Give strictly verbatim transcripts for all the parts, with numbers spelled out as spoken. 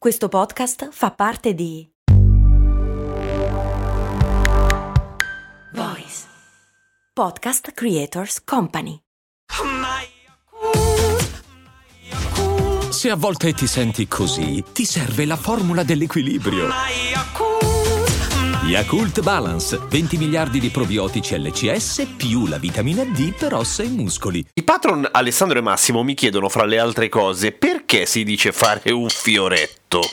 Questo podcast fa parte di Voice Podcast Creators Company. Se a volte ti senti così, ti serve la formula dell'equilibrio. Yakult Balance, venti miliardi di probiotici L C S più la vitamina D per ossa e muscoli. I patron Alessandro e Massimo mi chiedono, fra le altre cose, perché si dice fare un fioretto?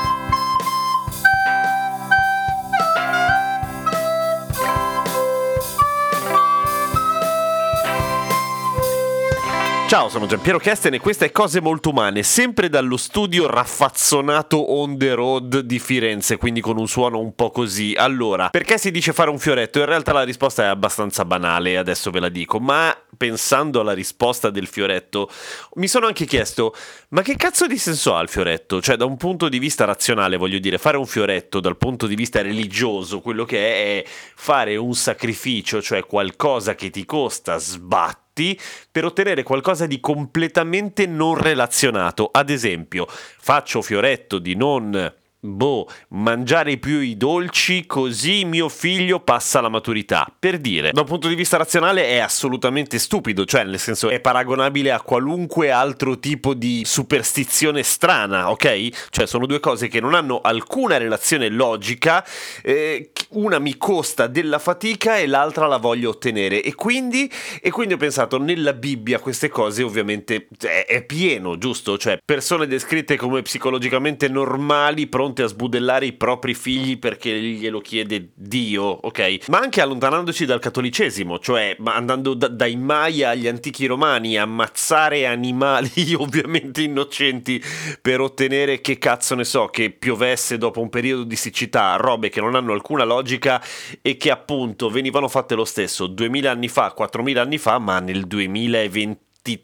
Ciao, sono Giampiero Kesten e questa è Cose Molto Umane, sempre dallo studio raffazzonato on the road di Firenze, quindi con un suono un po' così. Allora, perché si dice fare un fioretto? In realtà la risposta è abbastanza banale, adesso ve la dico, ma pensando alla risposta del fioretto mi sono anche chiesto, ma che cazzo di senso ha il fioretto? Cioè, da un punto di vista razionale, voglio dire, fare un fioretto dal punto di vista religioso, quello che è, è fare un sacrificio, cioè qualcosa che ti costa sbatti per ottenere qualcosa di completamente non relazionato. Ad esempio, faccio fioretto di non boh, mangiare più i dolci così mio figlio passa la maturità. Per dire, da un punto di vista razionale è assolutamente stupido, cioè nel senso è paragonabile a qualunque altro tipo di superstizione strana, ok? Cioè sono due cose che non hanno alcuna relazione logica, eh, una mi costa della fatica e l'altra la voglio ottenere e quindi, e quindi ho pensato, nella Bibbia queste cose ovviamente è, è pieno, giusto? Cioè persone descritte come psicologicamente normali, pronte a sbudellare i propri figli perché glielo chiede Dio, ok? Ma anche allontanandoci dal cattolicesimo, cioè andando da, dai Maya agli antichi romani, ammazzare animali ovviamente innocenti per ottenere, che cazzo ne so, che piovesse dopo un periodo di siccità, robe che non hanno alcuna logica e che appunto venivano fatte lo stesso duemila anni fa, quattromila anni fa, ma nel duemilaventi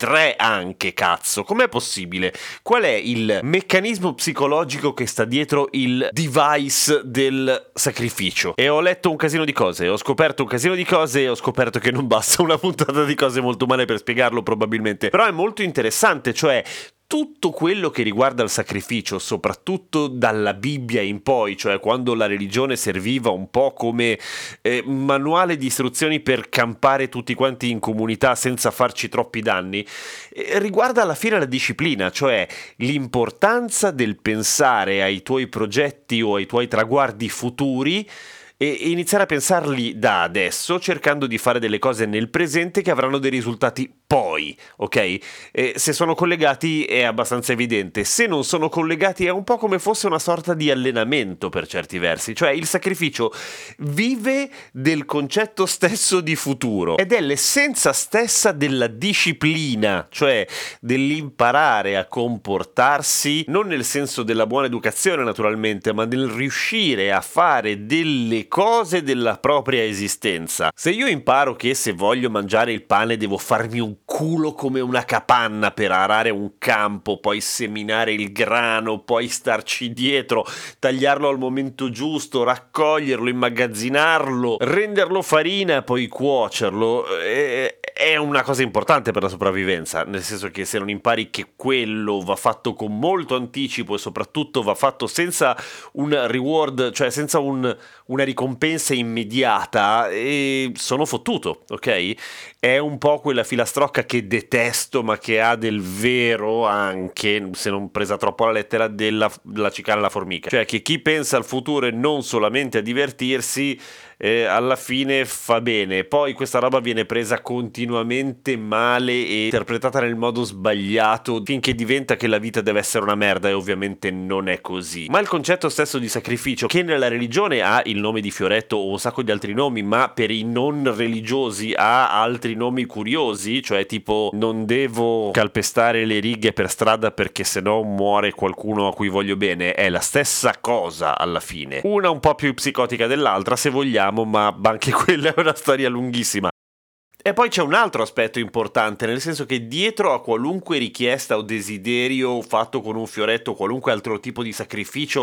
anche, cazzo, com'è possibile? Qual è il meccanismo psicologico che sta dietro il device del sacrificio? E ho letto un casino di cose, ho scoperto un casino di cose e ho scoperto che non basta una puntata di Cose Molto Umane per spiegarlo probabilmente, però è molto interessante, cioè tutto quello che riguarda il sacrificio, soprattutto dalla Bibbia in poi, cioè quando la religione serviva un po' come eh, manuale di istruzioni per campare tutti quanti in comunità senza farci troppi danni, eh, riguarda alla fine la disciplina, cioè l'importanza del pensare ai tuoi progetti o ai tuoi traguardi futuri e iniziare a pensarli da adesso, cercando di fare delle cose nel presente che avranno dei risultati poi, ok? E se sono collegati è abbastanza evidente, se non sono collegati è un po' come fosse una sorta di allenamento per certi versi, cioè il sacrificio vive del concetto stesso di futuro ed è l'essenza stessa della disciplina, cioè dell'imparare a comportarsi, non nel senso della buona educazione naturalmente, ma nel riuscire a fare delle cose della propria esistenza. Se io imparo che se voglio mangiare il pane devo farmi un culo come una capanna per arare un campo, poi seminare il grano, poi starci dietro, tagliarlo al momento giusto, raccoglierlo, immagazzinarlo, renderlo farina, poi cuocerlo, è, è una cosa importante per la sopravvivenza, nel senso che se non impari che quello va fatto con molto anticipo e soprattutto va fatto senza un reward, cioè senza un, una ricompensa immediata, e sono fottuto, ok? È un po' quella filastrocca che detesto ma che ha del vero anche, se non presa troppo alla lettera, della, della cicala alla formica, cioè che chi pensa al futuro e non solamente a divertirsi eh, alla fine fa bene, poi questa roba viene presa continuamente male e interpretata nel modo sbagliato finché diventa che la vita deve essere una merda, e ovviamente non è così. Ma il concetto stesso di sacrificio, che nella religione ha il nome di fioretto o un sacco di altri nomi, ma per i non religiosi ha altri nomi curiosi, cioè tipo non devo calpestare le righe per strada perché sennò muore qualcuno a cui voglio bene, è la stessa cosa alla fine, una un po' più psicotica dell'altra se vogliamo, ma anche quella è una storia lunghissima. E poi c'è un altro aspetto importante, nel senso che dietro a qualunque richiesta o desiderio fatto con un fioretto, qualunque altro tipo di sacrificio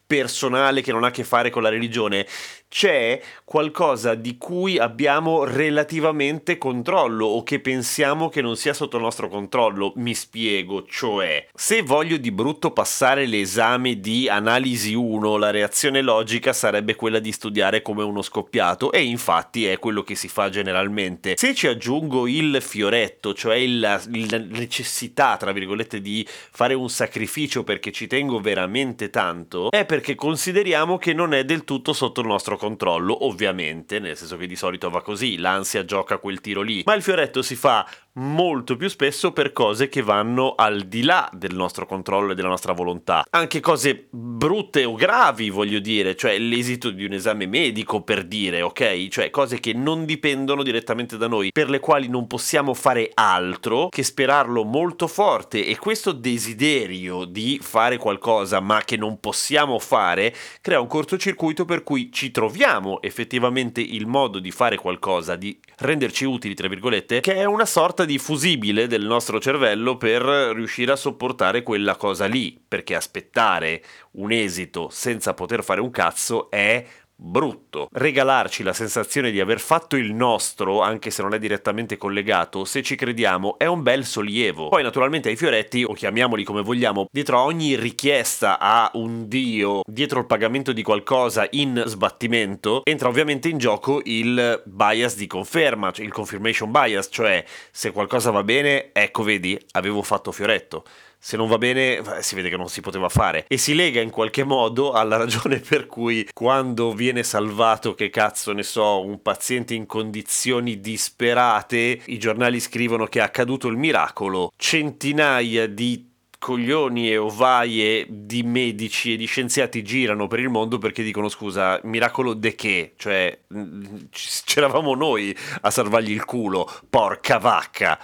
personale che non ha a che fare con la religione, c'è qualcosa di cui abbiamo relativamente controllo o che pensiamo che non sia sotto il nostro controllo. Mi spiego, cioè, se voglio di brutto passare l'esame di analisi uno, la reazione logica sarebbe quella di studiare come uno scoppiato, e infatti è quello che si fa generalmente. Se ci aggiungo il fioretto, cioè la, la necessità, tra virgolette, di fare un sacrificio perché ci tengo veramente tanto, è perché consideriamo che non è del tutto sotto il nostro controllo, ovviamente, nel senso che di solito va così, l'ansia gioca quel tiro lì, ma il fioretto si fa molto più spesso per cose che vanno al di là del nostro controllo e della nostra volontà, anche cose brutte o gravi, voglio dire, cioè l'esito di un esame medico, per dire, ok? Cioè cose che non dipendono direttamente da noi, per le quali non possiamo fare altro che sperarlo molto forte, e questo desiderio di fare qualcosa ma che non possiamo fare crea un cortocircuito per cui ci troviamo effettivamente il modo di fare qualcosa, di renderci utili, tra virgolette, che è una sorta di fusibile del nostro cervello per riuscire a sopportare quella cosa lì, perché aspettare un esito senza poter fare un cazzo è brutto. Regalarci la sensazione di aver fatto il nostro, anche se non è direttamente collegato, se ci crediamo, è un bel sollievo. Poi naturalmente ai fioretti, o chiamiamoli come vogliamo, dietro a ogni richiesta a un dio, dietro il pagamento di qualcosa in sbattimento, entra ovviamente in gioco il bias di conferma, cioè il confirmation bias, cioè se qualcosa va bene, ecco vedi, avevo fatto fioretto. Se non va bene, si vede che non si poteva fare, e si lega in qualche modo alla ragione per cui quando viene salvato, che cazzo ne so, un paziente in condizioni disperate, i giornali scrivono che è accaduto il miracolo, centinaia di coglioni e ovaie di medici e di scienziati girano per il mondo perché dicono scusa, miracolo de che? Cioè c'eravamo noi a salvargli il culo, porca vacca.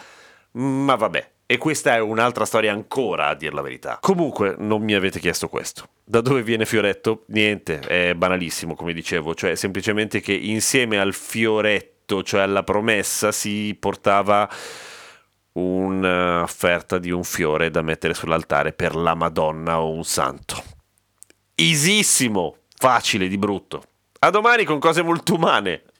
Ma vabbè. E questa è un'altra storia ancora, a dir la verità. Comunque, non mi avete chiesto questo. Da dove viene fioretto? Niente, è banalissimo, come dicevo. Cioè, semplicemente che insieme al fioretto, cioè alla promessa, si portava un'offerta di un fiore da mettere sull'altare per la Madonna o un santo. Easissimo, facile di brutto. A domani con cose molto umane.